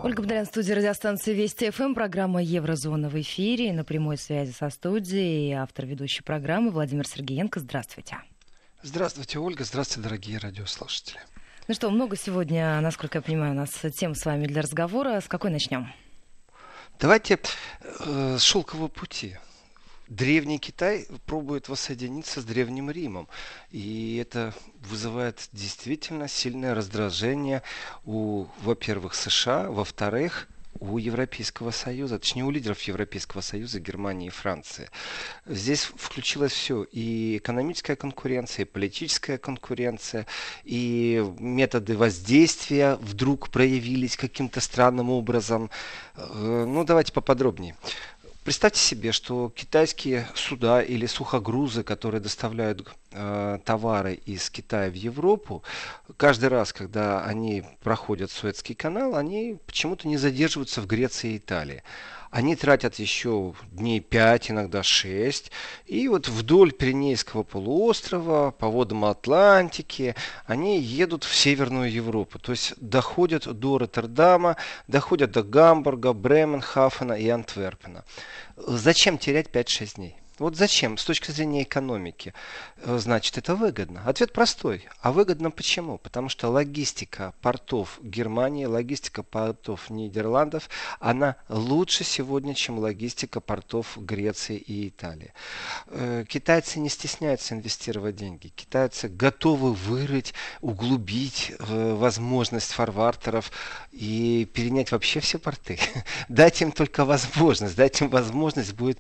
Ольга Бадалян, студия радиостанции Вести ФМ, программа Еврозона в эфире. На прямой связи со студией автор ведущей программы Владимир Сергеенко. Здравствуйте. Здравствуйте, Ольга. Здравствуйте, дорогие радиослушатели. Ну что, много сегодня, насколько я понимаю, у нас тем с вами для разговора. С какой начнем? Давайте с шелкового пути. Древний Китай пробует воссоединиться с Древним Римом. И это вызывает действительно сильное раздражение у, во-первых, США, во-вторых, у Европейского Союза, точнее у лидеров Европейского Союза, Германии и Франции. Здесь включилось все: и экономическая конкуренция, и политическая конкуренция, и методы воздействия вдруг проявились каким-то странным образом. Ну, давайте поподробнее. Представьте себе, что китайские суда или сухогрузы, которые доставляют товары из Китая в Европу, каждый раз, когда они проходят Суэцкий канал, они почему-то не задерживаются в Греции и Италии. Они тратят еще дней 5, иногда 6. И вот вдоль Пиренейского полуострова, по водам Атлантики, они едут в Северную Европу. То есть доходят до Роттердама, доходят до Гамбурга, Бременхафена и Антверпена. Зачем терять 5-6 дней? Вот зачем? С точки зрения экономики. Значит, это выгодно. Ответ простой. А выгодно почему? Потому что логистика портов Германии, логистика портов Нидерландов, она лучше сегодня, чем логистика портов Греции и Италии. Китайцы не стесняются инвестировать деньги. Китайцы готовы вырыть, углубить возможность фарвартеров и перенять вообще все порты. Дайте им только возможность. Дайте им возможность, будет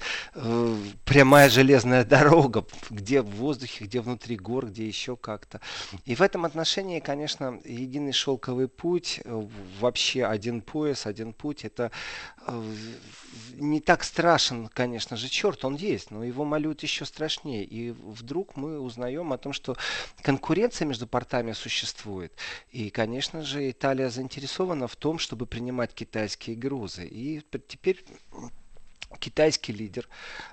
прямая железная дорога, где в воздухе, где внутри гор, где еще как-то. И в этом отношении, конечно, единый шелковый путь, вообще один пояс, один путь, это не так страшен, конечно же, черт, он есть, но его малюют еще страшнее. И вдруг мы узнаем о том, что конкуренция между портами существует. И, конечно же, Италия заинтересована в том, чтобы принимать китайские грузы. И теперь китайский лидер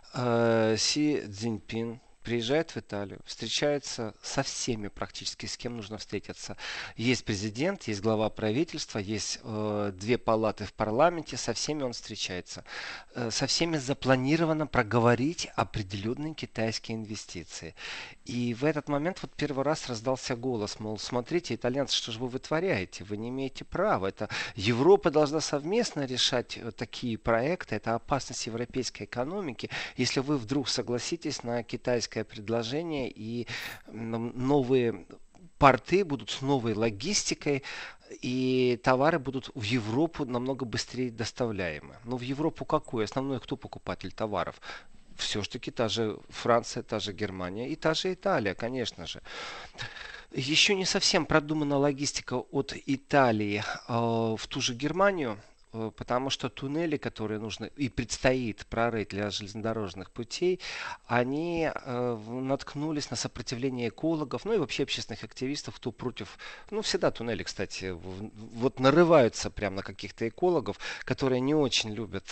Си Цзиньпин приезжает в Италию, встречается со всеми практически, с кем нужно встретиться. Есть президент, есть глава правительства, есть две палаты в парламенте, со всеми он встречается. Со всеми запланировано проговорить определенные китайские инвестиции. И в этот момент вот первый раз раздался голос, мол, смотрите, итальянцы, что же вы вытворяете? Вы не имеете права. Это Европа должна совместно решать такие проекты. Это опасность европейской экономики. Если вы вдруг согласитесь на китайское предложение и новые порты будут с новой логистикой, и товары будут в Европу намного быстрее доставляемы. Но в Европу какой? Основной кто покупатель товаров? Все-таки та же Франция, та же Германия и та же Италия, конечно же. Еще не совсем продумана логистика от Италии в ту же Германию, потому что туннели, которые нужно и предстоит прорыть для железнодорожных путей, они наткнулись на сопротивление экологов, ну и вообще общественных активистов, кто против. Ну, всегда туннели, кстати, вот нарываются прямо на каких-то экологов, которые не очень любят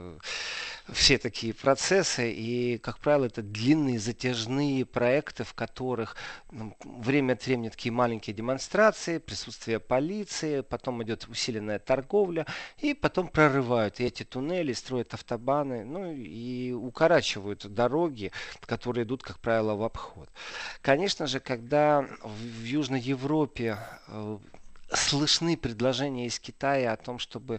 все такие процессы. И, как правило, это длинные затяжные проекты, в которых время от времени такие маленькие демонстрации, присутствие полиции, потом идет усиленная торговля, и потом прорывают эти туннели, строят автобаны, ну и укорачивают дороги, которые идут, как правило, в обход. Конечно же, когда в Южной Европе слышны предложения из Китая о том, чтобы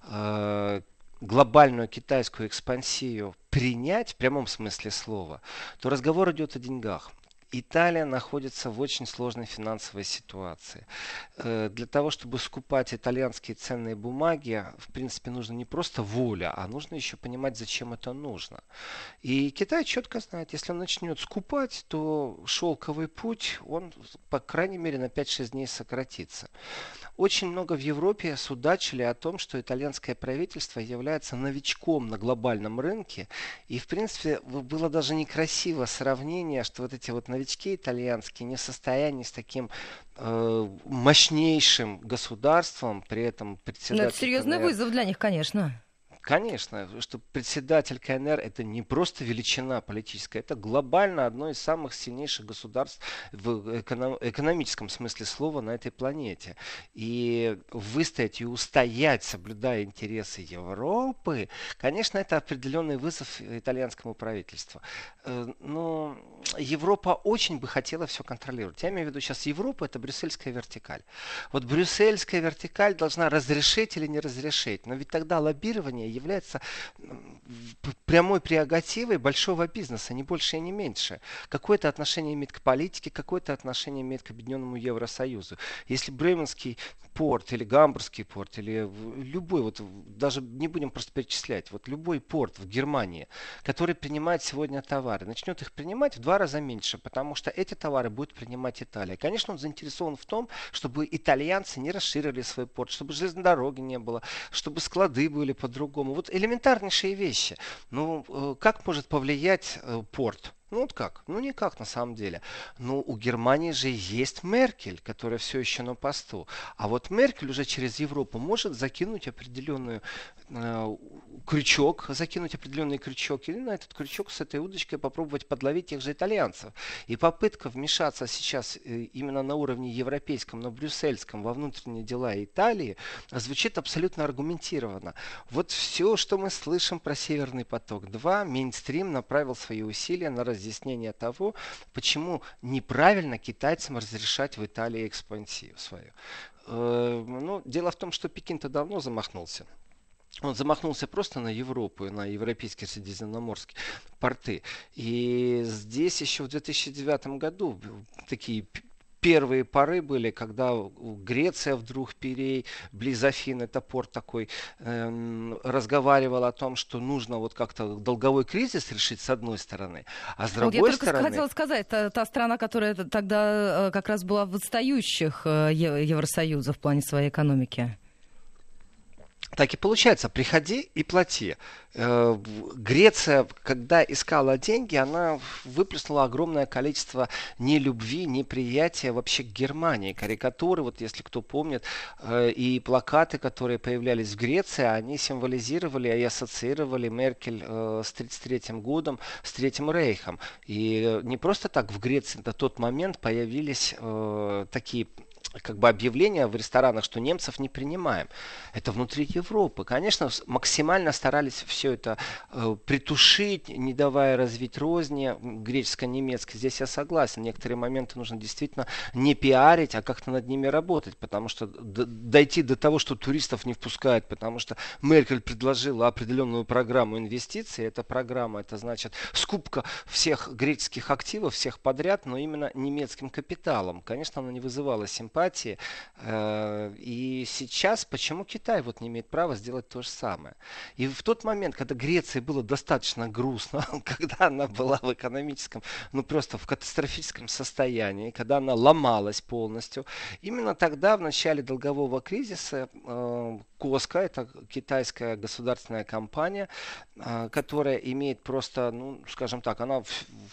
глобальную китайскую экспансию принять в прямом смысле слова, то разговор идет о деньгах. Италия находится в очень сложной финансовой ситуации. Для того, чтобы скупать итальянские ценные бумаги, в принципе, нужно не просто воля, а нужно еще понимать, зачем это нужно. И Китай четко знает, если он начнет скупать, то шелковый путь, он, по крайней мере, на 5-6 дней сократится. Очень много в Европе судачили о том, что итальянское правительство является новичком на глобальном рынке. И, в принципе, было даже некрасиво сравнение, что вот эти вот новички итальянские не в состоянии с таким мощнейшим государством, при этом председатель... Но это серьезный вызов для них, конечно. Конечно, что председатель КНР это не просто величина политическая, это глобально одно из самых сильнейших государств в экономическом смысле слова на этой планете. И выстоять и устоять, соблюдая интересы Европы, конечно, это определенный вызов итальянскому правительству. Но Европа очень бы хотела все контролировать. Я имею в виду сейчас Европа, это брюссельская вертикаль. Вот брюссельская вертикаль должна разрешить или не разрешить. Но ведь тогда лоббирование является прямой прерогативой большого бизнеса, не больше и не меньше. Какое-то отношение имеет к политике, какое-то отношение имеет к Объединенному Евросоюзу. Если Бременский порт или Гамбургский порт или любой, вот даже не будем просто перечислять, вот любой порт в Германии, который принимает сегодня товары, начнет их принимать в 2 раза меньше, потому что эти товары будет принимать Италия. Конечно, он заинтересован в том, чтобы итальянцы не расширили свой порт, чтобы железной дороги не было, чтобы склады были по-другому. Вот элементарнейшие вещи. Ну, как может повлиять порт? Ну вот как? Ну никак на самом деле. Но у Германии же есть Меркель, которая все еще на посту. А вот Меркель уже через Европу может закинуть определенную крючок, закинуть определенный крючок, или на этот крючок с этой удочкой попробовать подловить тех же итальянцев. И попытка вмешаться сейчас именно на уровне европейском, но брюссельском во внутренние дела Италии звучит абсолютно аргументированно. Вот все, что мы слышим про Северный поток-2, мейнстрим направил свои усилия на разъяснение того, почему неправильно китайцам разрешать в Италии экспансию свою. Ну, дело в том, что Пекин-то давно замахнулся. Он замахнулся просто на Европу, на европейские средиземноморские порты. И здесь еще в 2009 году такие первые поры были, когда Греция вдруг Пирей, близ Афин, это порт такой, разговаривал о том, что нужно вот как-то долговой кризис решить с одной стороны, а с другой вот я стороны... только хотела сказать, та страна, которая тогда как раз была в отстающих Евросоюза в плане своей экономики. Так и получается, приходи и плати. Греция, когда искала деньги, она выплеснула огромное количество нелюбви, неприятия вообще к Германии. Карикатуры, вот если кто помнит, и плакаты, которые появлялись в Греции, они символизировали и ассоциировали Меркель с 1933 годом, с Третьим Рейхом. И не просто так в Греции на тот момент появились такие как бы объявления в ресторанах, что немцев не принимаем. Это внутри Европы. Конечно, максимально старались все это притушить, не давая развить розни греческо-немецкой. Здесь я согласен. Некоторые моменты нужно действительно не пиарить, а как-то над ними работать. Потому что дойти до того, что туристов не впускают, потому что Меркель предложила определенную программу инвестиций. Эта программа, это значит скупка всех греческих активов, всех подряд, но именно немецким капиталом. Конечно, она не вызывала симпатии. И сейчас почему Китай вот не имеет права сделать то же самое? И в тот момент, когда Греции было достаточно грустно, когда она была в экономическом, ну просто в катастрофическом состоянии, когда она ломалась полностью, именно тогда, в начале долгового кризиса, Коска, это китайская государственная компания, которая имеет просто, ну, скажем так, она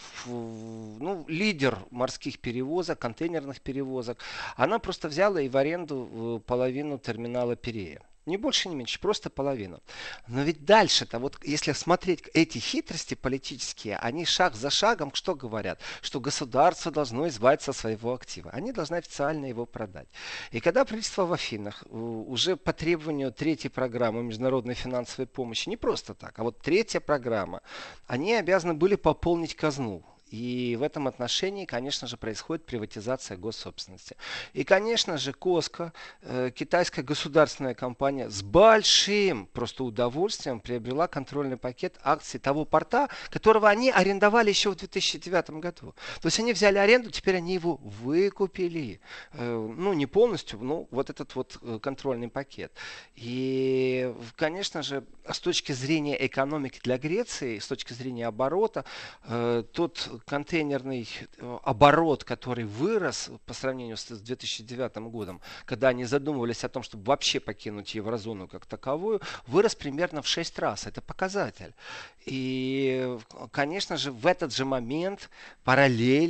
лидер морских перевозок, контейнерных перевозок, она просто взяла и в аренду половину терминала Пирея. Не больше, не меньше, просто половину. Но ведь дальше-то, вот если смотреть эти хитрости политические, они шаг за шагом что говорят? Что государство должно избавиться от своего актива. Они должны официально его продать. И когда правительство в Афинах уже по требованию третьей программы международной финансовой помощи, не просто так, а вот третья программа, они обязаны были пополнить казну. И в этом отношении, конечно же, происходит приватизация госсобственности. И, конечно же, Коска, китайская государственная компания, с большим просто удовольствием приобрела контрольный пакет акций того порта, которого они арендовали еще в 2009 году. То есть они взяли аренду, теперь они его выкупили. Ну, не полностью, но вот этот вот контрольный пакет. И, конечно же, с точки зрения экономики для Греции, с точки зрения оборота, тот контейнерный оборот, который вырос по сравнению с 2009 годом, когда они задумывались о том, чтобы вообще покинуть еврозону как таковую, вырос примерно в 6 раз. Это показатель. И, конечно же, в этот же момент параллельно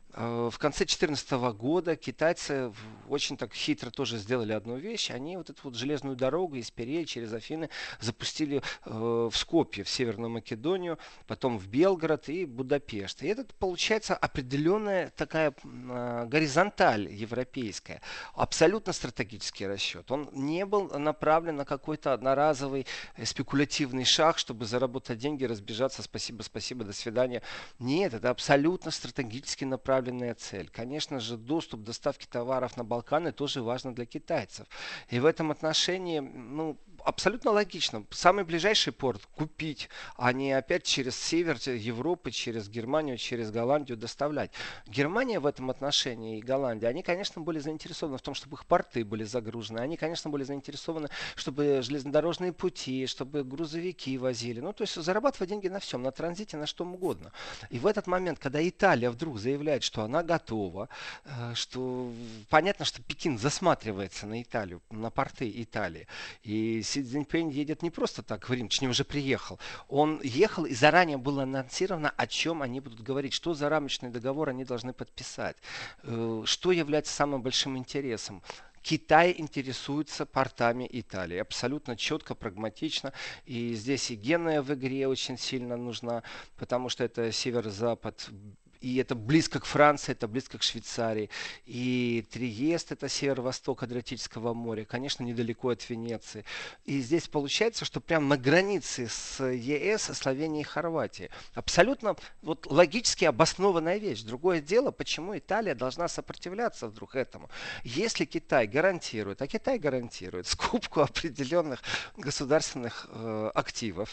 В конце 2014 года китайцы очень так хитро тоже сделали одну вещь. Они вот эту вот железную дорогу из Перея через Афины запустили в Скопье, в Северную Македонию, потом в Белгород и Будапешт. И это получается определенная такая горизонталь европейская. Абсолютно стратегический расчет. Он не был направлен на какой-то одноразовый спекулятивный шаг, чтобы заработать деньги, разбежаться, спасибо, спасибо, до свидания. Нет, это абсолютно стратегически направленная цель. Конечно же, доступ доставки товаров на Балканы тоже важно для китайцев. И в этом отношении, абсолютно логично. Самый ближайший порт купить, а не опять через север Европы, через Германию, через Голландию доставлять. Германия в этом отношении и Голландия, они, конечно, были заинтересованы в том, чтобы их порты были загружены. Они, конечно, были заинтересованы, чтобы железнодорожные пути, чтобы грузовики возили. То есть зарабатывать деньги на всем, на транзите, на что угодно. И в этот момент, когда Италия вдруг заявляет, что она готова, что понятно, что Пекин засматривается на Италию, на порты Италии. И Си Цзиньпинь едет не просто так в Рим, точнее уже приехал. Он ехал, и заранее было анонсировано, о чем они будут говорить, что за рамочный договор они должны подписать, что является самым большим интересом. Китай интересуется портами Италии. Абсолютно четко, прагматично. И здесь и генная в игре очень сильно нужна, потому что это северо-запад. И это близко к Франции, это близко к Швейцарии. И Триест, это северо-восток Адриатического моря, конечно, недалеко от Венеции. И здесь получается, что прямо на границе с ЕС, Словенией и Хорватией. Абсолютно логически обоснованная вещь. Другое дело, почему Италия должна сопротивляться вдруг этому. Если Китай гарантирует, а Китай гарантирует скупку определенных государственных активов,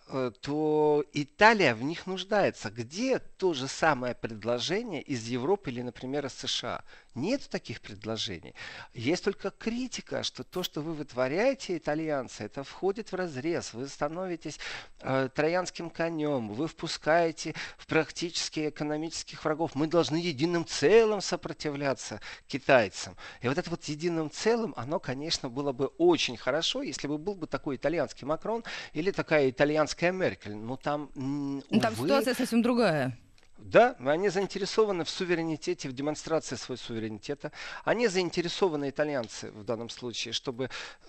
то Италия в них нуждается. Где то же самое предложение из Европы или, например, из США? Нет таких предложений. Есть только критика, что то, что вы вытворяете, итальянцы, это входит в разрез. Вы становитесь троянским конем, вы впускаете в практически экономических врагов. Мы должны единым целым сопротивляться китайцам. И вот это вот единым целым, оно, конечно, было бы очень хорошо, если бы был бы такой итальянский Макрон или такая итальянская Меркель. Но там, Там ситуация совсем другая. Да, они заинтересованы в суверенитете, в демонстрации своего суверенитета. Они заинтересованы, итальянцы в данном случае, чтобы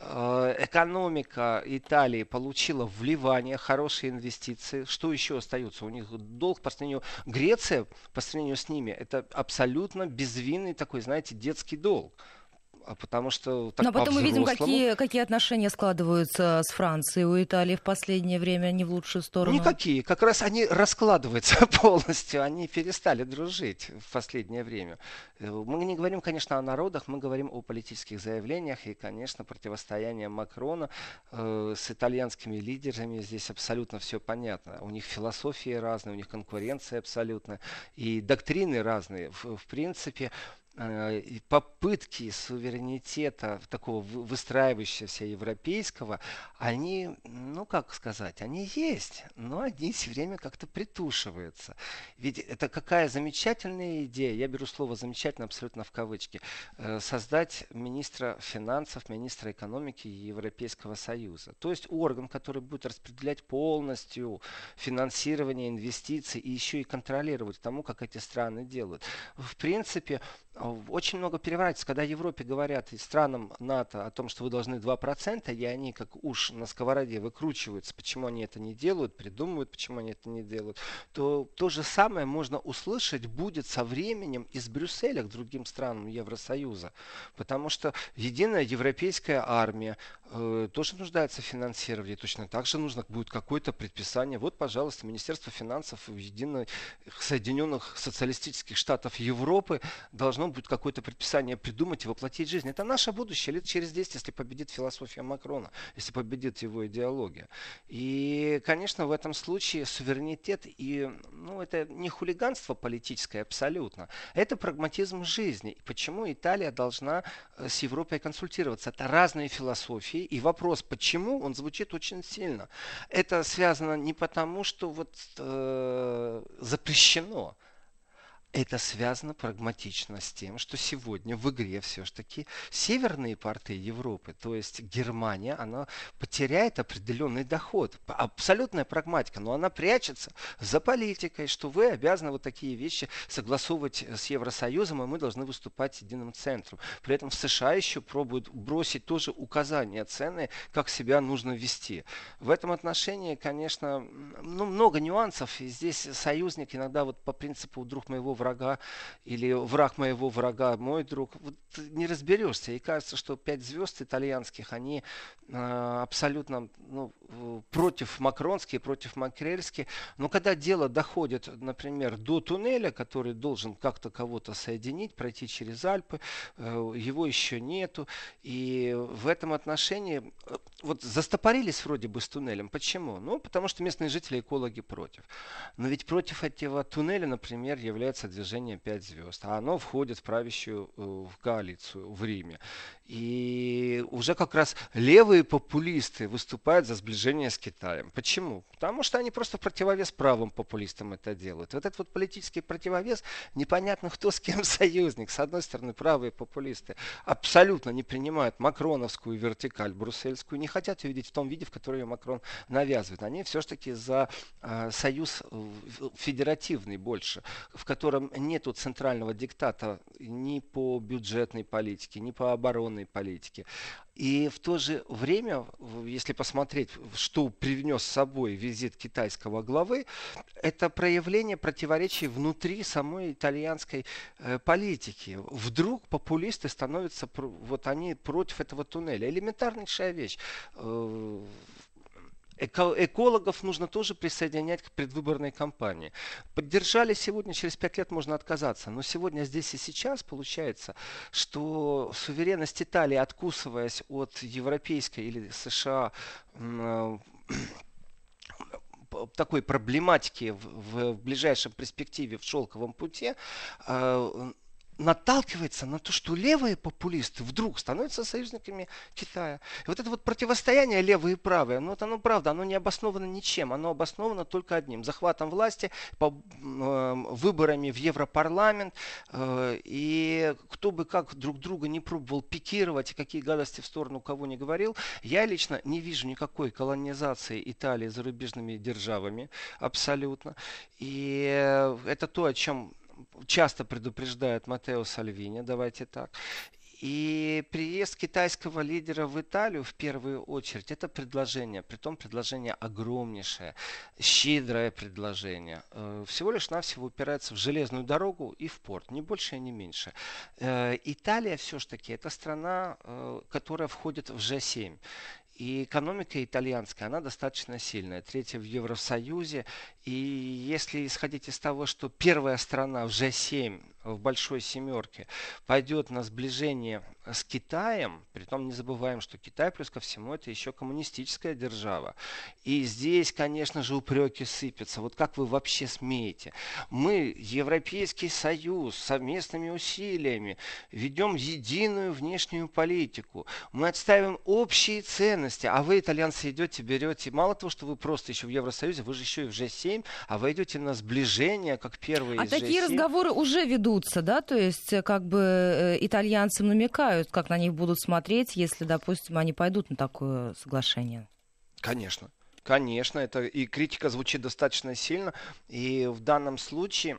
экономика Италии получила вливание, хорошие инвестиции. Что еще остается? У них долг по сравнению... Греция, по сравнению с ними, это абсолютно безвинный такой, знаете, детский долг. Потому что так Но потом мы видим, по-взрослому... какие отношения складываются с Францией у Италии в последнее время, не в лучшую сторону. Никакие. Как раз они раскладываются полностью. Они перестали дружить в последнее время. Мы не говорим, конечно, о народах, мы говорим о политических заявлениях. И, конечно, противостояние Макрона с итальянскими лидерами. Здесь абсолютно все понятно. У них философии разные, у них конкуренция абсолютно. И доктрины разные. В принципе, и попытки суверенитета такого выстраивающегося европейского, они, как сказать, они есть, но они все время как-то притушиваются. Ведь это какая замечательная идея, я беру слово замечательно абсолютно в кавычки, создать министра финансов, министра экономики Европейского Союза. То есть орган, который будет распределять полностью финансирование инвестиций и еще и контролировать тому, как эти страны делают. В принципе, очень много переворачивается, когда Европе говорят и странам НАТО о том, что вы должны 2%, и они как уж на сковороде выкручиваются, почему они это не делают, придумывают, почему они это не делают, то то же самое можно услышать будет со временем из Брюсселя к другим странам Евросоюза. Потому что единая европейская армия тоже нуждается в финансировании. Точно так же нужно будет какое-то предписание. Вот, пожалуйста, Министерство финансов Единых Соединенных Социалистических Штатов Европы должно будет какое-то предписание придумать и воплотить в жизнь. Это наше будущее лет через 10, если победит философия Макрона, если победит его идеология. И, конечно, в этом случае суверенитет и, это не хулиганство политическое абсолютно, это прагматизм жизни. И почему Италия должна с Европой консультироваться? Это разные философии, и вопрос, почему, он звучит очень сильно. Это связано не потому, что запрещено. Это связано прагматично с тем, что сегодня в игре все-таки северные порты Европы, то есть Германия, она потеряет определенный доход. Абсолютная прагматика, но она прячется за политикой, что вы обязаны вот такие вещи согласовывать с Евросоюзом, и мы должны выступать единым центром. При этом в США еще пробуют бросить тоже указания цены, как себя нужно вести. В этом отношении, конечно, много нюансов, и здесь союзник иногда вот по принципу друг моего врага или враг моего врага мой друг, вот не разберешься. И кажется, что 5 звезд итальянских, они абсолютно против макронские, против макрельские. Но когда дело доходит, например, до туннеля, который должен как-то кого-то соединить, пройти через Альпы, его еще нету. И в этом отношении вот застопорились вроде бы с туннелем. Почему? Ну, потому что местные жители, экологи против. Но ведь против этого туннеля, например, является движение 5 звезд. А оно входит в правящую в коалицию в Риме. И уже как раз левые популисты выступают за сближение с Китаем. Почему? Потому что они просто в противовес правым популистам это делают. Вот этот вот политический противовес, непонятно кто с кем союзник. С одной стороны, правые популисты абсолютно не принимают макроновскую вертикаль брюссельскую, не хотят ее видеть в том виде, в который ее Макрон навязывает. Они все-таки за союз федеративный больше, в котором нету центрального диктата ни по бюджетной политике, ни по оборонной политике. И в то же время, если посмотреть, что привнес с собой визит китайского главы, это проявление противоречий внутри самой итальянской политики. Вдруг популисты становятся, вот они против этого туннеля. Элементарнейшая вещь. Экологов нужно тоже присоединять к предвыборной кампании. Поддержали сегодня, через 5 лет можно отказаться. Но сегодня, здесь и сейчас получается, что суверенность Италии, откусываясь от европейской или США такой проблематики в ближайшем перспективе в шелковом пути, наталкивается на то, что левые популисты вдруг становятся союзниками Китая. И вот это вот противостояние левые и правые, оно правда, оно не обосновано ничем, оно обосновано только одним: захватом власти, выборами в Европарламент. И кто бы как друг друга не пробовал пикировать и какие гадости в сторону кого не говорил, я лично не вижу никакой колонизации Италии зарубежными державами абсолютно. И это то, о чем часто предупреждает Маттео Сальвини, давайте так. И приезд китайского лидера в Италию в первую очередь это предложение, притом предложение огромнейшее, щедрое предложение. Всего лишь навсего упирается в железную дорогу и в порт, ни больше и не меньше. Италия все-таки это страна, которая входит в G7. И экономика итальянская, она достаточно сильная, третья в Евросоюзе. И если исходить из того, что первая страна в G7, в Большой Семерке, пойдет на сближение с Китаем, притом не забываем, что Китай, плюс ко всему, это еще коммунистическая держава. И здесь, конечно же, упреки сыпятся. Вот как вы вообще смеете? Мы, Европейский Союз, совместными усилиями ведем единую внешнюю политику. Мы отстаиваем общие ценности, а вы, итальянцы, идете, берете. Мало того, что вы просто еще в Евросоюзе, вы же еще и в G7, а вы идете на сближение, как первые из G7. А такие разговоры уже ведутся, да? То есть, как бы итальянцам намекают, как на них будут смотреть, если, допустим, они пойдут на такое соглашение. Конечно. Конечно, это и критика звучит достаточно сильно. И в данном случае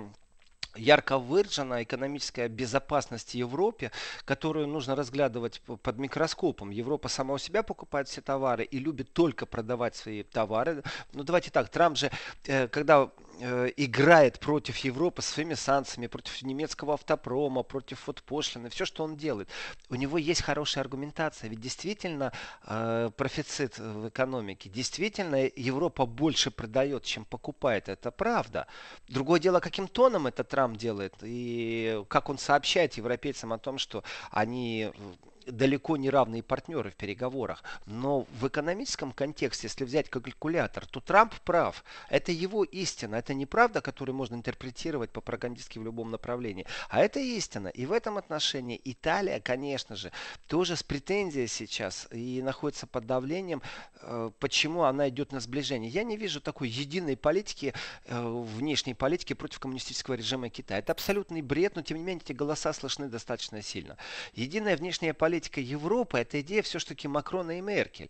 ярко выражена экономическая безопасность Европе, которую нужно разглядывать под микроскопом. Европа сама у себя покупает все товары и любит только продавать свои товары. Ну, давайте так, Трамп же, когда играет против Европы своими санкциями, против немецкого автопрома, против вот пошлины, все, что он делает, у него есть хорошая аргументация. Ведь действительно профицит в экономике, действительно Европа больше продает, чем покупает. Это правда. Другое дело, каким тоном это Трамп делает и как он сообщает европейцам о том, что они далеко не равные партнеры в переговорах. Но в экономическом контексте, если взять калькулятор, то Трамп прав. Это его истина. Это не правда, которую можно интерпретировать пропагандистски в любом направлении. А это истина. И в этом отношении Италия, конечно же, тоже с претензией сейчас и находится под давлением. Почему она идет на сближение? Я не вижу такой единой политики, внешней политики против коммунистического режима Китая. Это абсолютный бред, но тем не менее эти голоса слышны достаточно сильно. Единая внешняя политика Европы — это идея все-таки Макрона и Меркель.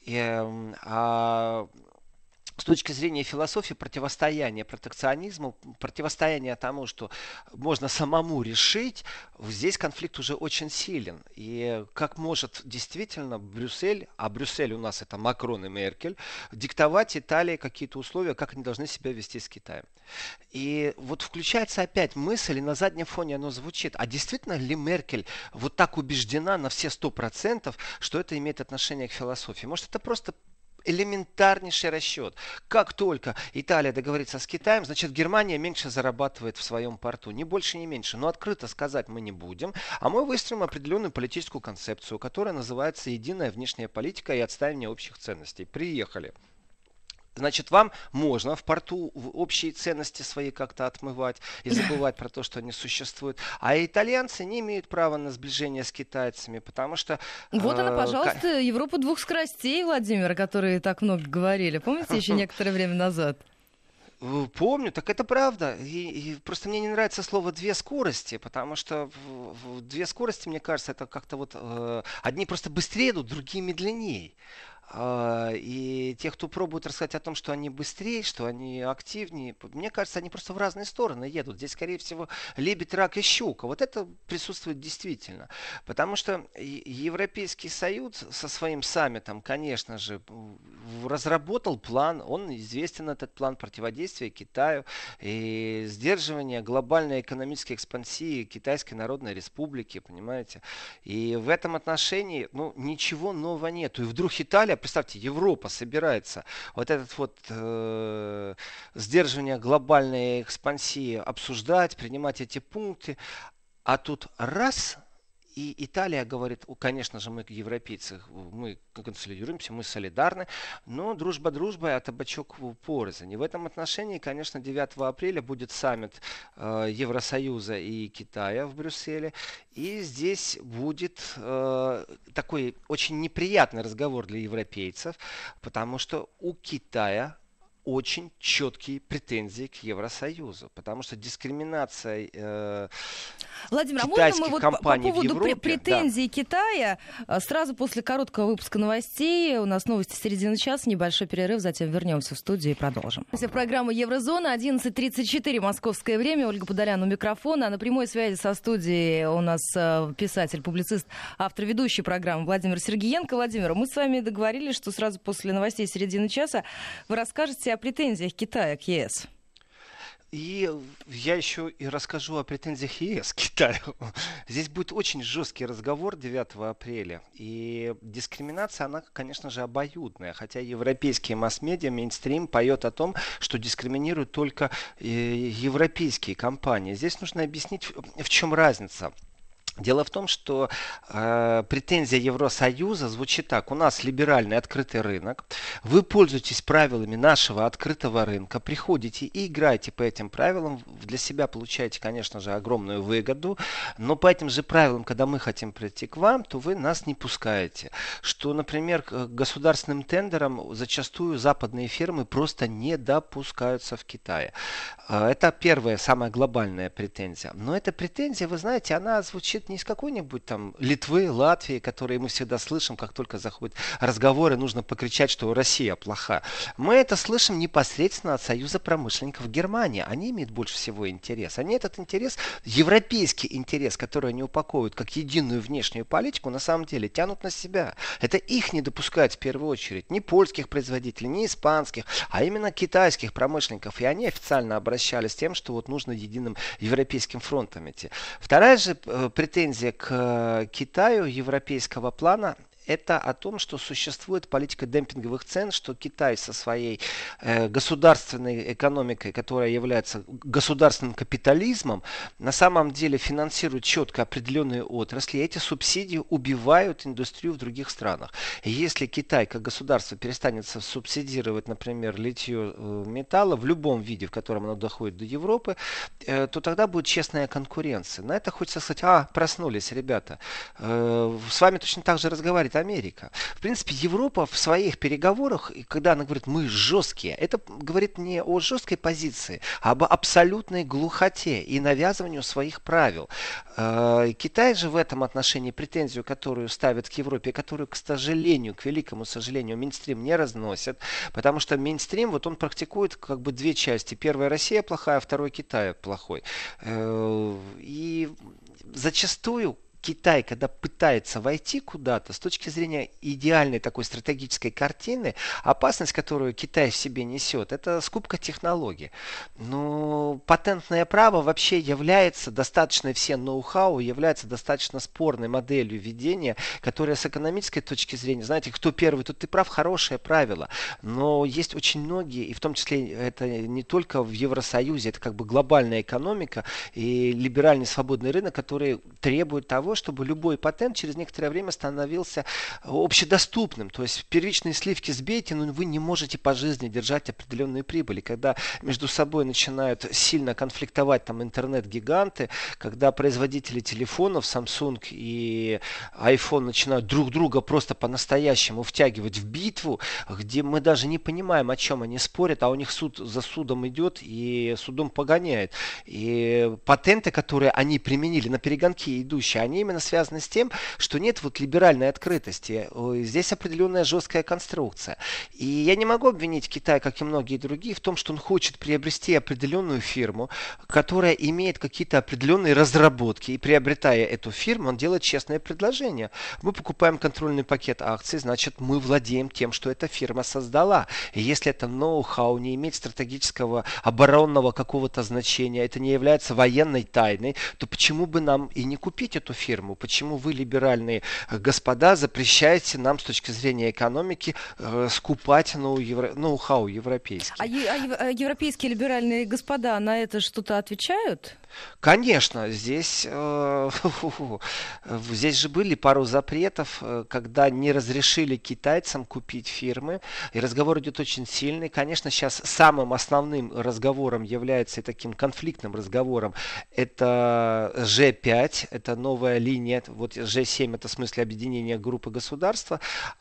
С точки зрения философии противостояния протекционизму, противостояния тому, что можно самому решить, здесь конфликт уже очень силен. И как может действительно Брюссель, а Брюссель у нас это Макрон и Меркель, диктовать Италии какие-то условия, как они должны себя вести с Китаем. И вот включается опять мысль, и на заднем фоне оно звучит. А действительно ли Меркель вот так убеждена на все 100%, что это имеет отношение к философии? Может, это просто элементарнейший расчет. Как только Италия договорится с Китаем, значит Германия меньше зарабатывает в своем порту. Ни больше, ни меньше. Но открыто сказать мы не будем. А мы выстроим определенную политическую концепцию, которая называется «Единая внешняя политика и отстаивание общих ценностей». Приехали. Значит, вам можно в порту общие ценности свои как-то отмывать и забывать про то, что они существуют. А итальянцы не имеют права на сближение с китайцами, потому что... Вот она, пожалуйста, Европа двух скоростей, Владимир, о которой так много говорили. Помните, еще некоторое время назад? Помню, так это правда. И просто мне не нравится слово «две скорости», потому что две скорости, мне кажется, это как-то вот... одни просто быстрее идут, другие медленнее. И те, кто пробует рассказать о том, что они быстрее, что они активнее, мне кажется, они просто в разные стороны едут. Здесь, скорее всего, лебедь, рак и щука. Вот это присутствует действительно. Потому что Европейский Союз со своим саммитом, конечно же, разработал план, он известен, этот план противодействия Китаю и сдерживания глобальной экономической экспансии Китайской Народной Республики, понимаете? И в этом отношении, ничего нового нету. И вдруг Италия, представьте, Европа собирается вот этот вот сдерживание глобальной экспансии обсуждать, принимать эти пункты, а тут раз, и Италия говорит, конечно же, мы европейцы, мы консолидируемся, мы солидарны, но дружба дружбой, а табачок порознь. И в этом отношении, конечно, 9 апреля будет саммит Евросоюза и Китая в Брюсселе. И здесь будет такой очень неприятный разговор для европейцев, потому что у Китая очень четкие претензии к Евросоюзу, потому что дискриминация Владимир, китайских а можно мы компаний по поводу в Европе, претензий Китая сразу после короткого выпуска новостей, у нас новости середины часа, небольшой перерыв, затем вернемся в студию и продолжим. Программа Еврозона, 11:34 московское время, Ольга Подолян у микрофона, а на прямой связи со студией у нас писатель, публицист, автор ведущей программы Владимир Сергиенко. Владимир, мы с вами договорились, что сразу после новостей середины часа вы расскажете о претензиях Китая к ЕС. И я еще и расскажу о претензиях ЕС к Китаю. Здесь будет очень жесткий разговор 9 апреля. И дискриминация, она, конечно же, обоюдная. Хотя европейские масс-медиа, мейнстрим поет о том, что дискриминируют только европейские компании. Здесь нужно объяснить, в чем разница. Дело в том, что претензия Евросоюза звучит так. У нас либеральный открытый рынок. Вы пользуетесь правилами нашего открытого рынка. Приходите и играете по этим правилам. Для себя получаете, конечно же, огромную выгоду. Но по этим же правилам, когда мы хотим прийти к вам, то вы нас не пускаете. Что, например, к государственным тендерам зачастую западные фирмы просто не допускаются в Китае. Это первая, самая глобальная претензия. Но эта претензия, вы знаете, она звучит не из какой-нибудь там Литвы, Латвии, которые мы всегда слышим, как только заходят разговоры, нужно покричать, что Россия плоха. Мы это слышим непосредственно от Союза промышленников Германии. Они имеют больше всего интерес. Они этот интерес, европейский интерес, который они упаковывают как единую внешнюю политику, на самом деле тянут на себя. Это их не допускают в первую очередь. Не польских производителей, не испанских, а именно китайских промышленников. И они официально обращались с тем, что вот нужно единым европейским фронтом идти. Вторая же претензия к Китаю европейского плана это о том, что существует политика демпинговых цен, что Китай со своей государственной экономикой, которая является государственным капитализмом, на самом деле финансирует четко определенные отрасли. Эти субсидии убивают индустрию в других странах. И если Китай как государство перестанет субсидировать, например, литье металла в любом виде, в котором оно доходит до Европы, то тогда будет честная конкуренция. На это хочется сказать, проснулись, ребята. С вами точно так же разговаривает Америка. В принципе, Европа в своих переговорах, когда она говорит, мы жесткие, это говорит не о жесткой позиции, а об абсолютной глухоте и навязыванию своих правил. Китай же в этом отношении претензию, которую ставит к Европе, которую, к сожалению, к великому сожалению, мейнстрим не разносит, потому что мейнстрим, вот он практикует как бы две части. Первая Россия плохая, второй Китай плохой. И зачастую Китай, когда пытается войти куда-то, с точки зрения идеальной такой стратегической картины, опасность, которую Китай в себе несет, это скупка технологий. Но патентное право вообще является достаточно, все ноу-хау является достаточно спорной моделью ведения, которая с экономической точки зрения, знаете, кто первый, тут ты прав, хорошее правило. Но есть очень многие, и в том числе это не только в Евросоюзе, это как бы глобальная экономика и либеральный свободный рынок, который требует того, чтобы любой патент через некоторое время становился общедоступным. То есть первичные сливки сбейте, но вы не можете по жизни держать определенные прибыли. Когда между собой начинают сильно конфликтовать там интернет-гиганты, когда производители телефонов Samsung и iPhone начинают друг друга просто по-настоящему втягивать в битву, где мы даже не понимаем, о чем они спорят, а у них суд за судом идет и судом погоняет. И патенты, которые они применили на перегонки идущие, они именно связаны с тем, что нет вот либеральной открытости. Здесь определенная жесткая конструкция. И я не могу обвинить Китай, как и многие другие, в том, что он хочет приобрести определенную фирму, которая имеет какие-то определенные разработки. И приобретая эту фирму, он делает честное предложение. Мы покупаем контрольный пакет акций, значит, мы владеем тем, что эта фирма создала. И если это ноу-хау не имеет стратегического оборонного какого-то значения, это не является военной тайной, то почему бы нам и не купить эту фирму? Почему вы, либеральные господа, запрещаете нам с точки зрения экономики скупать ноу-хау европейский? А европейские либеральные господа на это что-то отвечают? Конечно, здесь же были пару запретов, когда не разрешили китайцам купить фирмы, и разговор идет очень сильный. Конечно, сейчас самым основным разговором является и таким конфликтным разговором это G5, это новая линия, вот G7 это в смысле объединения группы государства,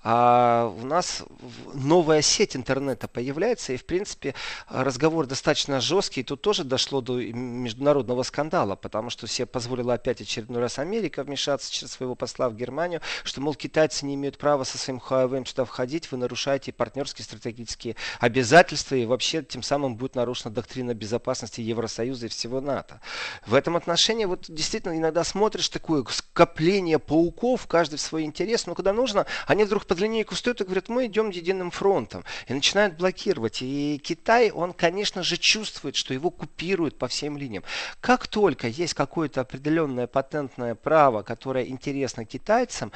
а у нас новая сеть интернета появляется, и в принципе разговор достаточно жесткий, тут тоже дошло до международного скандала, потому что себе позволила опять очередной раз Америка вмешаться через своего посла в Германию, что, мол, китайцы не имеют права со своим Huawei сюда входить, вы нарушаете партнерские стратегические обязательства, и вообще тем самым будет нарушена доктрина безопасности Евросоюза и всего НАТО. В этом отношении вот действительно иногда смотришь такое скопление пауков, каждый в свой интерес, но когда нужно, они вдруг под линейку встают и говорят, мы идем единым фронтом, и начинают блокировать. И Китай, он, конечно же, чувствует, что его купируют по всем линиям. Как только есть какое-то определенное патентное право, которое интересно китайцам,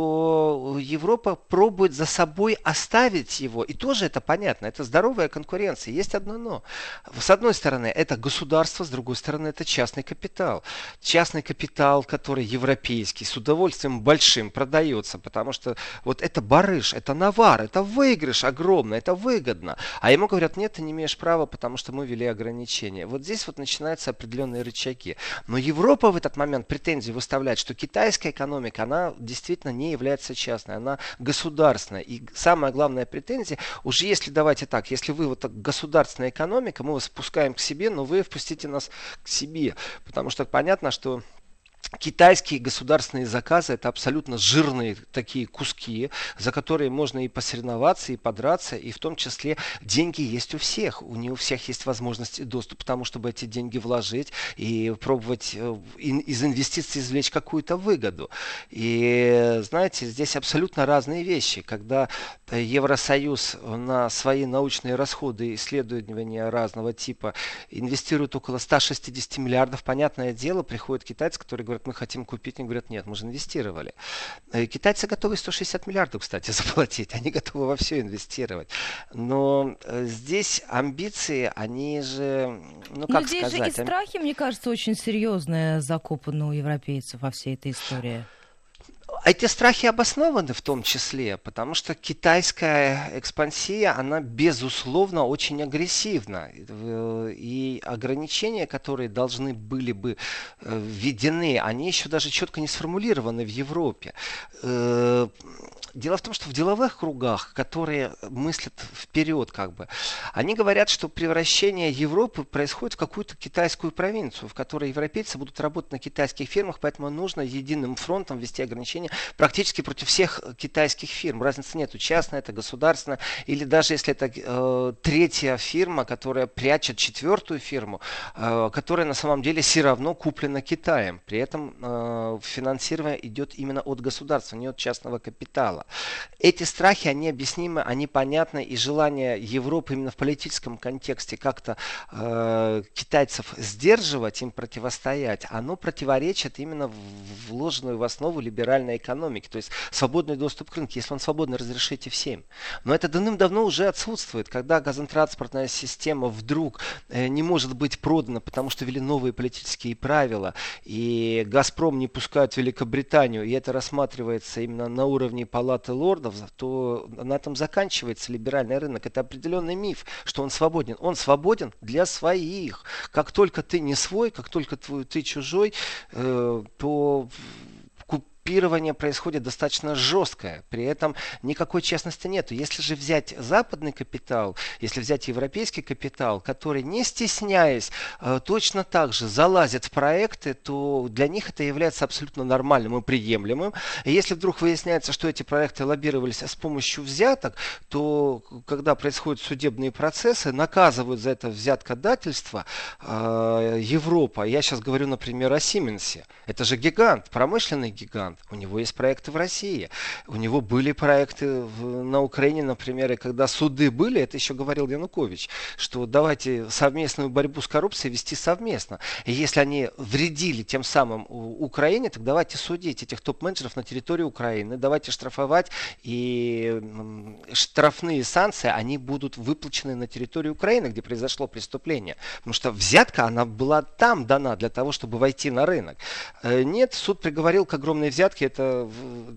то Европа пробует за собой оставить его. И тоже это понятно, это здоровая конкуренция. Есть одно но. С одной стороны, это государство, с другой стороны, это частный капитал. Частный капитал, который европейский, с удовольствием большим продается, потому что вот это барыш, это навар, это выигрыш огромный, это выгодно. А ему говорят, нет, ты не имеешь права, потому что мы ввели ограничения. Вот здесь вот начинаются определенные рычаги. Но Европа в этот момент претензии выставляет, что китайская экономика, она действительно не является частной, она государственная. И самая главная претензия, уже если, давайте так, если вы вот так государственная экономика, мы вас впускаем к себе, но вы впустите нас к себе. Потому что понятно, что китайские государственные заказы это абсолютно жирные такие куски, за которые можно и посоревноваться, и подраться, и в том числе деньги есть у всех. Не у всех есть возможность и доступ к тому, чтобы эти деньги вложить и пробовать из инвестиций извлечь какую-то выгоду. И знаете, здесь абсолютно разные вещи. Когда Евросоюз на свои научные расходы и исследования разного типа инвестирует около 160 миллиардов, понятное дело, приходят китайцы, которые говорят, говорят, мы хотим купить. Они говорят, нет, мы же инвестировали. Китайцы готовы 160 миллиардов, кстати, заплатить. Они готовы во все инвестировать. Но здесь амбиции, они же, ну как здесь сказать... же и страхи, мне кажется, очень серьезные закопаны у европейцев во всей этой истории. Эти страхи обоснованы в том числе, потому что китайская экспансия, она безусловно очень агрессивна. И ограничения, которые должны были бы введены, они еще даже четко не сформулированы в Европе. Дело в том, что в деловых кругах, которые мыслят вперед, они говорят, что превращение Европы происходит в какую-то китайскую провинцию, в которой европейцы будут работать на китайских фирмах, поэтому нужно единым фронтом ввести ограничения практически против всех китайских фирм. Разницы нету, частная это, государственная, или даже если это третья фирма, которая прячет четвертую фирму, которая на самом деле все равно куплена Китаем. При этом финансирование идет именно от государства, не от частного капитала. Эти страхи, они объяснимы, они понятны, и желание Европы именно в политическом контексте как-то китайцев сдерживать, им противостоять, оно противоречит именно вложенной в основу либеральной экономики, то есть свободный доступ к рынку, если он свободно, разрешите всем. Но это давным-давно уже отсутствует, когда газотранспортная система вдруг не может быть продана, потому что ввели новые политические правила, и «Газпром» не пускают в Великобританию, и это рассматривается именно на уровне Палаты лордов, то на этом заканчивается либеральный рынок. Это определенный миф, что он свободен. Он свободен для своих. Как только ты не свой, как только ты чужой, то купирование происходит достаточно жесткое. При этом никакой честности нету. Если же взять западный капитал, если взять европейский капитал, который, не стесняясь, точно так же залазит в проекты, то для них это является абсолютно нормальным и приемлемым. И если вдруг выясняется, что эти проекты лоббировались с помощью взяток, то когда происходят судебные процессы, наказывают за это взяткодательство Европа. Я сейчас говорю, например, о Сименсе. Это же гигант, промышленный гигант. У него есть проекты в России. У него были проекты на Украине, например, и когда суды были, это еще говорил Янукович, что давайте совместную борьбу с коррупцией вести совместно. И если они вредили тем самым Украине, так давайте судить этих топ-менеджеров на территории Украины, давайте штрафовать, и штрафные санкции, они будут выплачены на территории Украины, где произошло преступление. Потому что взятка, она была там дана для того, чтобы войти на рынок. Нет, суд приговорил к огромной взятке. Это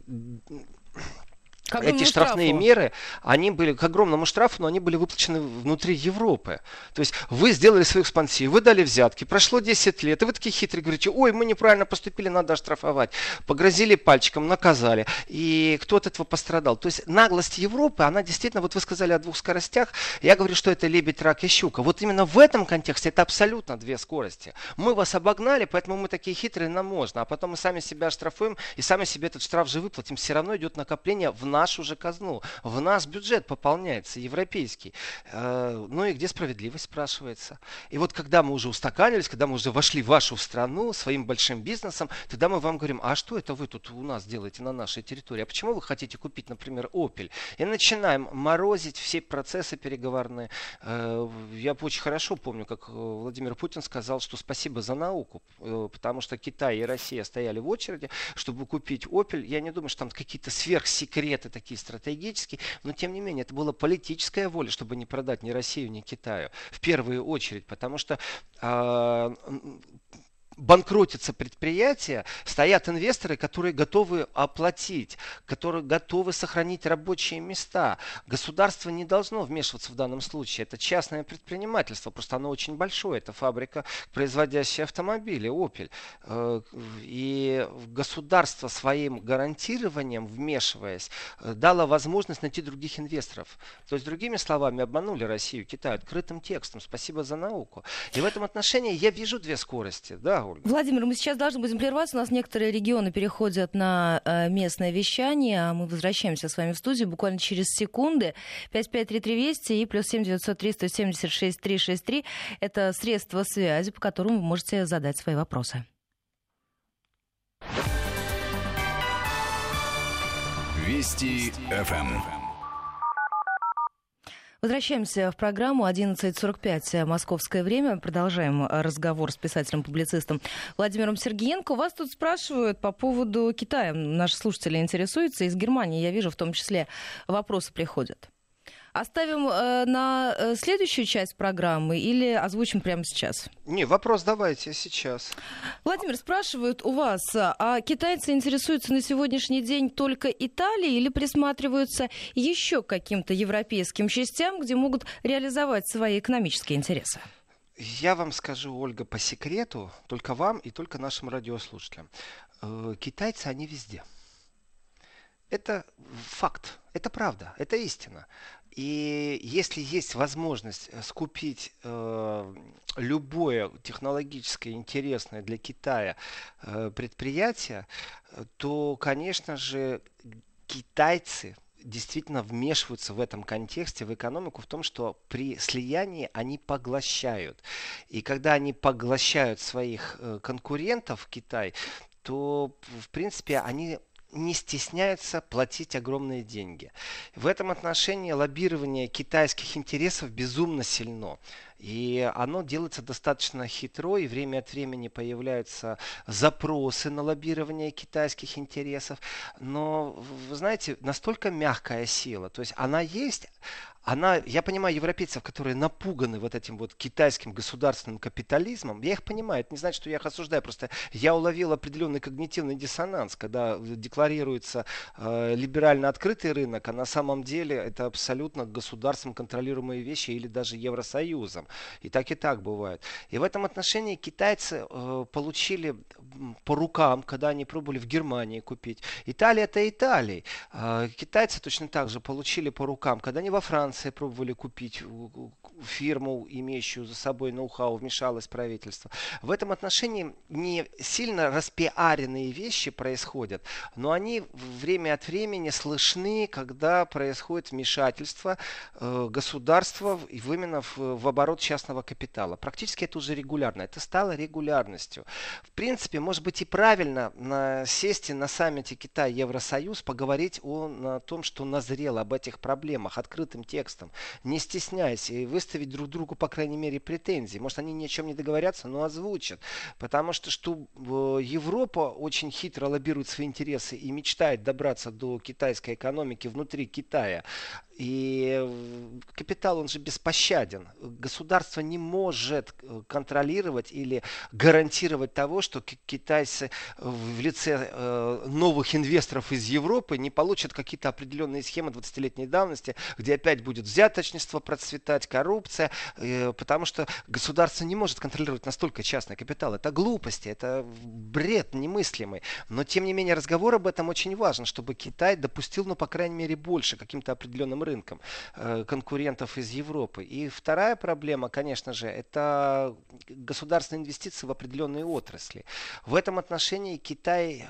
эти штрафные меры, они были к огромному штрафу, но они были выплачены внутри Европы. То есть вы сделали свою экспансию, вы дали взятки, прошло 10 лет, и вы такие хитрые говорите, ой, мы неправильно поступили, надо оштрафовать. Погрозили пальчиком, наказали, и кто от этого пострадал. То есть наглость Европы, она действительно, вот вы сказали о двух скоростях, я говорю, что это лебедь, рак и щука. Вот именно в этом контексте это абсолютно две скорости. Мы вас обогнали, поэтому мы такие хитрые, нам можно, а потом мы сами себя оштрафуем, и сами себе этот штраф же выплатим. Все равно идет накопление в нашу же казну. В наш бюджет пополняется, европейский. Ну и где справедливость, спрашивается. И вот когда мы уже устаканились, когда мы уже вошли в вашу страну своим большим бизнесом, тогда мы вам говорим, а что это вы тут у нас делаете на нашей территории? А почему вы хотите купить, например, Opel? И начинаем морозить все процессы переговорные. Я очень хорошо помню, как Владимир Путин сказал, что спасибо за науку, потому что Китай и Россия стояли в очереди, чтобы купить Opel. Я не думаю, что там какие-то сверхсекреты такие стратегические, но тем не менее это была политическая воля, чтобы не продать ни Россию, ни Китаю. В первую очередь, потому что банкротятся предприятия, стоят инвесторы, которые готовы оплатить, которые готовы сохранить рабочие места. Государство не должно вмешиваться в данном случае. Это частное предпринимательство, просто оно очень большое. Это фабрика, производящая автомобили, Opel. И государство своим гарантированием, вмешиваясь, дало возможность найти других инвесторов. То есть, другими словами, обманули Россию, Китай открытым текстом. Спасибо за науку. И в этом отношении я вижу две скорости. Да, Ольга? Владимир, мы сейчас должны будем прерваться. У нас некоторые регионы переходят на местное вещание, а мы возвращаемся с вами в студию буквально через секунды. 553320 и +7 903 176 363. Это средства связи, по которым вы можете задать свои вопросы. Вести ФМ. Возвращаемся в программу 11:45 московское время. Продолжаем разговор с писателем-публицистом Владимиром Сергеенко. Вас тут спрашивают по поводу Китая. Наши слушатели интересуются. Из Германии, я вижу, в том числе вопросы приходят. Оставим на следующую часть программы или озвучим прямо сейчас? Не, вопрос давайте сейчас. Владимир, спрашивают у вас, а китайцы интересуются на сегодняшний день только Италией или присматриваются еще к каким-то европейским частям, где могут реализовать свои экономические интересы? Я вам скажу, Ольга, по секрету, только вам и только нашим радиослушателям. Китайцы, они везде. Это факт, это правда, это истина. И если есть возможность скупить любое технологическое интересное для Китая предприятие, то, конечно же, китайцы действительно вмешиваются в этом контексте в экономику в том, что при слиянии они поглощают. И когда они поглощают своих конкурентов в Китай, то, в принципе, они не стесняются платить огромные деньги. В этом отношении лоббирование китайских интересов безумно сильно. И оно делается достаточно хитро, и время от времени появляются запросы на лоббирование китайских интересов. Но, вы знаете, настолько мягкая сила, то есть она есть, я понимаю европейцев, которые напуганы вот этим вот китайским государственным капитализмом. Я их понимаю, это не значит, что я их осуждаю. Просто я уловил определенный когнитивный диссонанс, когда декларируется либерально открытый рынок, а на самом деле это абсолютно государством контролируемые вещи или даже Евросоюзом. И так бывает. И в этом отношении китайцы получили по рукам, когда они пробовали в Германии купить. Италия это Италия. Китайцы точно так же получили по рукам, когда они во Франции пробовали купить фирму, имеющую за собой ноу-хау, вмешалось правительство. В этом отношении не сильно распиаренные вещи происходят, но они время от времени слышны, когда происходит вмешательство государства именно в оборот частного капитала. Практически это уже регулярно. Это стало регулярностью. В принципе, может быть и правильно сесть на саммите Китай-Евросоюз, поговорить о том, что назрело, об этих проблемах открытым текстом, не стесняясь, и выставить друг другу, по крайней мере, претензии. Может, они ни о чем не договорятся, но озвучат. Потому что Европа очень хитро лоббирует свои интересы и мечтает добраться до китайской экономики внутри Китая. И капитал, он же беспощаден. Государство не может контролировать или гарантировать того, что китайцы в лице новых инвесторов из Европы не получат какие-то определенные схемы 20-летней давности, где опять будет взяточничество процветать, коррупция, потому что государство не может контролировать настолько частный капитал. Это глупости, это бред немыслимый. Но, тем не менее, разговор об этом очень важен, чтобы Китай допустил, по крайней мере, больше каким-то определенным рынкам конкурентов из Европы. И вторая проблема, конечно же, это государственные инвестиции в определенные отрасли. В этом отношении Китай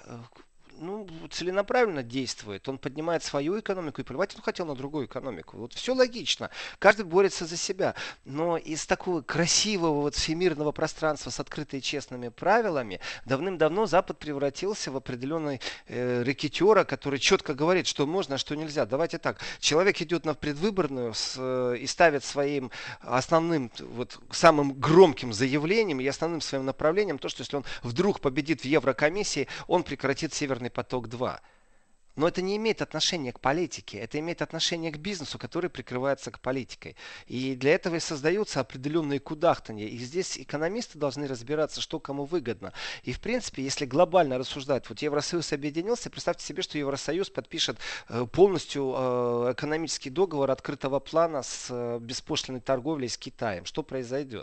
целенаправленно действует. Он поднимает свою экономику, и плевать он хотел на другую экономику. Вот все логично. Каждый борется за себя. Но из такого красивого всемирного пространства с открытыми и честными правилами давным-давно Запад превратился в определенный рэкетера, который четко говорит, что можно, а что нельзя. Давайте так. Человек идет на предвыборную и ставит своим основным, самым громким заявлением и основным своим направлением то, что если он вдруг победит в Еврокомиссии, он прекратит Северный поток-2. Но это не имеет отношения к политике, это имеет отношение к бизнесу, который прикрывается к политикой. И для этого и создаются определенные кудахтанья. И здесь экономисты должны разбираться, что кому выгодно. И в принципе, если глобально рассуждать, Евросоюз объединился, представьте себе, что Евросоюз подпишет полностью экономический договор открытого плана с беспошлиной торговлей с Китаем. Что произойдет?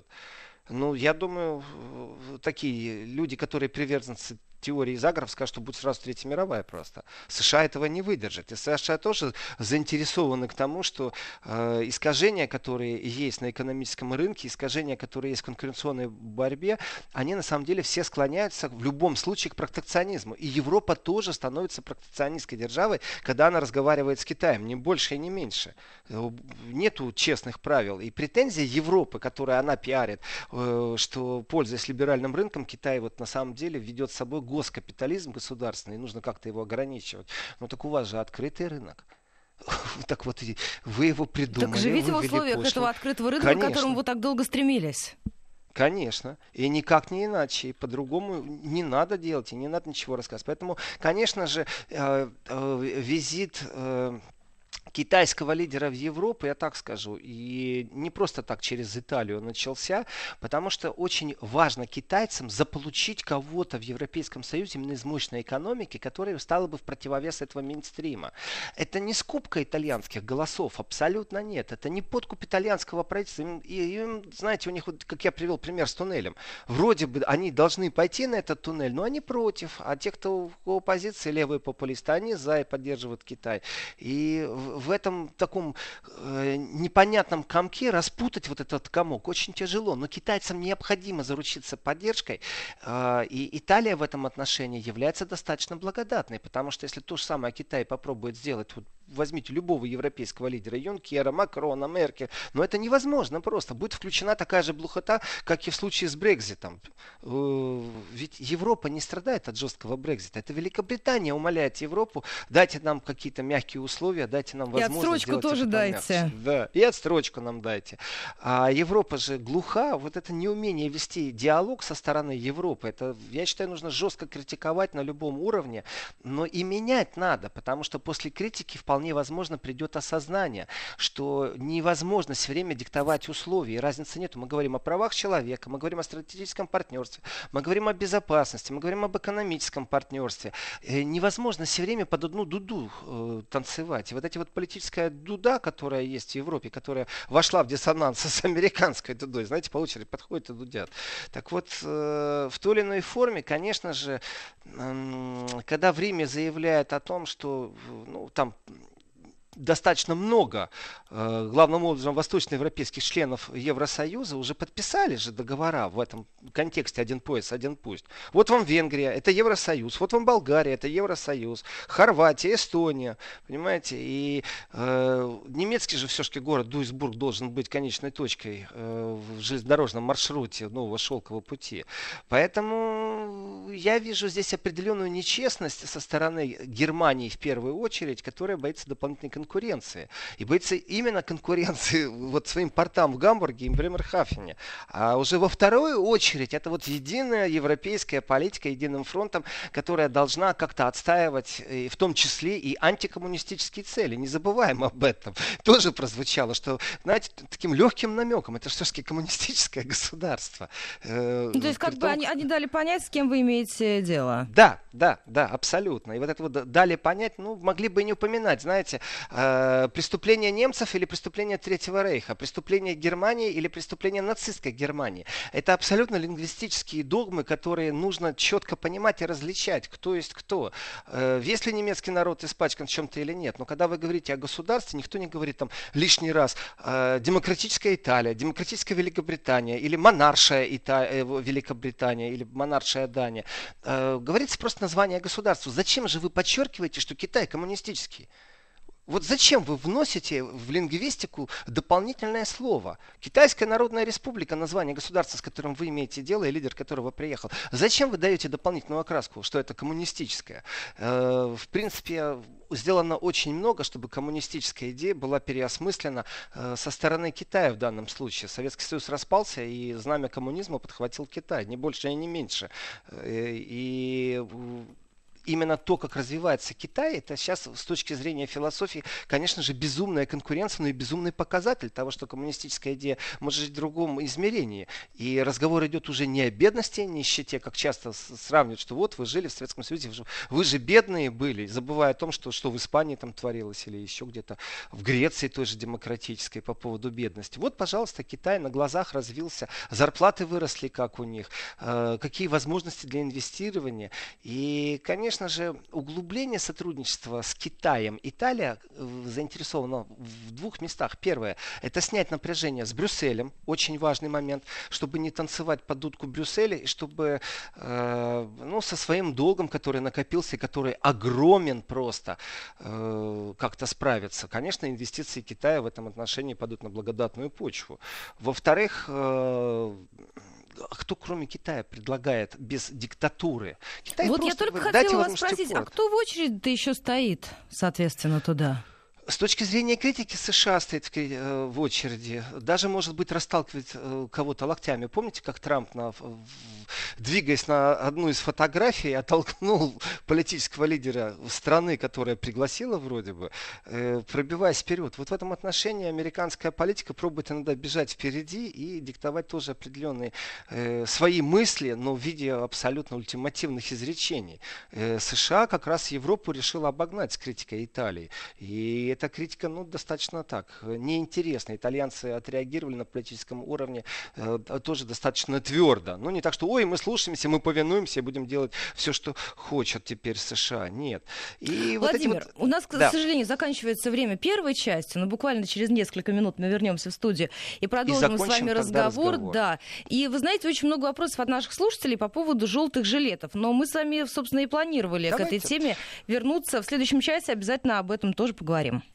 Я думаю, такие люди, которые приверженцы теории заговоров, скажут, что будет сразу Третья мировая просто. США этого не выдержит. И США тоже заинтересованы к тому, что искажения, которые есть на экономическом рынке, искажения, которые есть в конкуренционной борьбе, они на самом деле все склоняются в любом случае к протекционизму. И Европа тоже становится протекционистской державой, когда она разговаривает с Китаем. Ни больше и не меньше. Нету честных правил. И претензия Европы, которую она пиарит, что, пользуясь либеральным рынком, Китай на самом деле ведет с собой госкапитализм государственный, и нужно как-то его ограничивать. Но так у вас же открытый рынок. Так вот, вы его придумали. Так живите в условиях этого открытого рынка, к которому вы так долго стремились. Конечно. И никак не иначе. И по-другому не надо делать, и не надо ничего рассказывать. Поэтому, конечно же, визит китайского лидера в Европу, я так скажу, и не просто так через Италию начался, потому что очень важно китайцам заполучить кого-то в Европейском Союзе именно из мощной экономики, которая стала бы в противовес этого мейнстрима. Это не скупка итальянских голосов, абсолютно нет. Это не подкуп итальянского правительства. Знаете, у них, вот, как я привел пример с туннелем, вроде бы они должны пойти на этот туннель, но они против, а те, кто в оппозиции, левые популисты, они за и поддерживают Китай. И в этом таком непонятном комке распутать вот этот комок очень тяжело. Но китайцам необходимо заручиться поддержкой. И Италия в этом отношении является достаточно благодатной. Потому что если то же самое Китай попробует сделать, вот возьмите любого европейского лидера, Юнкера, Макрона, Меркель, но это невозможно просто. Будет включена такая же блухота, как и в случае с Брекситом. Ведь Европа не страдает от жесткого Брексита. Это Великобритания умоляет Европу: дайте нам какие-то мягкие условия, дайте нам возможность. И отсрочку тоже дайте. Да, и отсрочку нам дайте. А Европа же глуха. Вот это неумение вести диалог со стороны Европы, это, я считаю, нужно жестко критиковать на любом уровне, но и менять надо, потому что после критики вполне возможно придет осознание, что невозможно все время диктовать условия, и разницы нет. Мы говорим о правах человека, мы говорим о стратегическом партнерстве, мы говорим о безопасности, мы говорим об экономическом партнерстве. Невозможно все время под одну дуду танцевать. И вот эти вот политическая дуда, которая есть в Европе, которая вошла в диссонанс с американской дудой, знаете, по очереди подходят и дудят. Так вот, в той или иной форме, конечно же, когда в Риме заявляют о том, что там достаточно много, главным образом, восточноевропейских членов Евросоюза уже подписали же договора в этом контексте «один пояс, один пусть». Вот вам Венгрия, это Евросоюз, вот вам Болгария, это Евросоюз, Хорватия, Эстония, понимаете, и немецкий же все-таки город Дуйсбург должен быть конечной точкой в железнодорожном маршруте нового шелкового пути. Поэтому я вижу здесь определенную нечестность со стороны Германии в первую очередь, которая боится дополнительной конкуренции. И боится именно конкуренции вот своим портам в Гамбурге и Бремерхафене. А уже во вторую очередь это вот единая европейская политика единым фронтом, которая должна как-то отстаивать в том числе и антикоммунистические цели. Не забываем об этом. Тоже прозвучало, что, знаете, таким легким намеком, это все-таки коммунистическое государство. То есть как бы они дали понять, с кем вы имеете дело. Да, абсолютно. И вот это вот дали понять, могли бы и не упоминать, знаете, преступление немцев или преступление Третьего Рейха, преступление Германии или преступление нацистской Германии. Это абсолютно лингвистические догмы, которые нужно четко понимать и различать, кто есть кто. Есть ли немецкий народ испачкан в чем-то или нет. Но когда вы говорите о государстве, никто не говорит там лишний раз демократическая Италия, демократическая Великобритания или монаршая Великобритания или монаршая Дания. Говорится просто название государства. Зачем же вы подчеркиваете, что Китай коммунистический? Вот зачем вы вносите в лингвистику дополнительное слово? Китайская Народная Республика, название государства, с которым вы имеете дело, и лидер которого приехал. Зачем вы даете дополнительную окраску, что это коммунистическое? В принципе, сделано очень много, чтобы коммунистическая идея была переосмыслена со стороны Китая в данном случае. Советский Союз распался, и знамя коммунизма подхватил Китай, не больше и не меньше. И именно то, как развивается Китай, это сейчас с точки зрения философии, конечно же, безумная конкуренция, но и безумный показатель того, что коммунистическая идея может жить в другом измерении. И разговор идет уже не о бедности, нищете, как часто сравнивают, что вот вы жили в Советском Союзе, вы же бедные были, забывая о том, что в Испании там творилось или еще где-то в Греции той же демократической по поводу бедности. Вот, пожалуйста, Китай на глазах развился, зарплаты выросли, как у них, какие возможности для инвестирования. И, конечно же, углубление сотрудничества с Китаем. Италия заинтересована в двух местах. Первое – это снять напряжение с Брюсселем. Очень важный момент, чтобы не танцевать под дудку Брюсселя и чтобы со своим долгом, который накопился и который огромен просто, как-то справиться. Конечно, инвестиции Китая в этом отношении падут на благодатную почву. Во-вторых, кто кроме Китая предлагает без диктатуры? Китай вот я только хотела вас спросить, а кто в очереди-то еще стоит, соответственно, туда? С точки зрения критики США стоит в очереди. Даже, может быть, расталкивать кого-то локтями. Помните, как Трамп, двигаясь на одну из фотографий, оттолкнул политического лидера страны, которая пригласила вроде бы, пробиваясь вперед. Вот в этом отношении американская политика пробует иногда бежать впереди и диктовать тоже определенные свои мысли, но в виде абсолютно ультимативных изречений. США как раз Европу решила обогнать с критикой Италии. И эта критика, достаточно так, неинтересна. Итальянцы отреагировали на политическом уровне тоже достаточно твердо. Не так, что, мы слушаемся, мы повинуемся и будем делать все, что хочет теперь США. Нет. И Владимир, у нас, к сожалению, заканчивается время первой части, но буквально через несколько минут мы вернемся в студию и продолжим с вами разговор. Да. И вы знаете, очень много вопросов от наших слушателей по поводу желтых жилетов. Но мы с вами, собственно, и планировали к этой теме вернуться в следующем часе. Обязательно об этом тоже поговорим.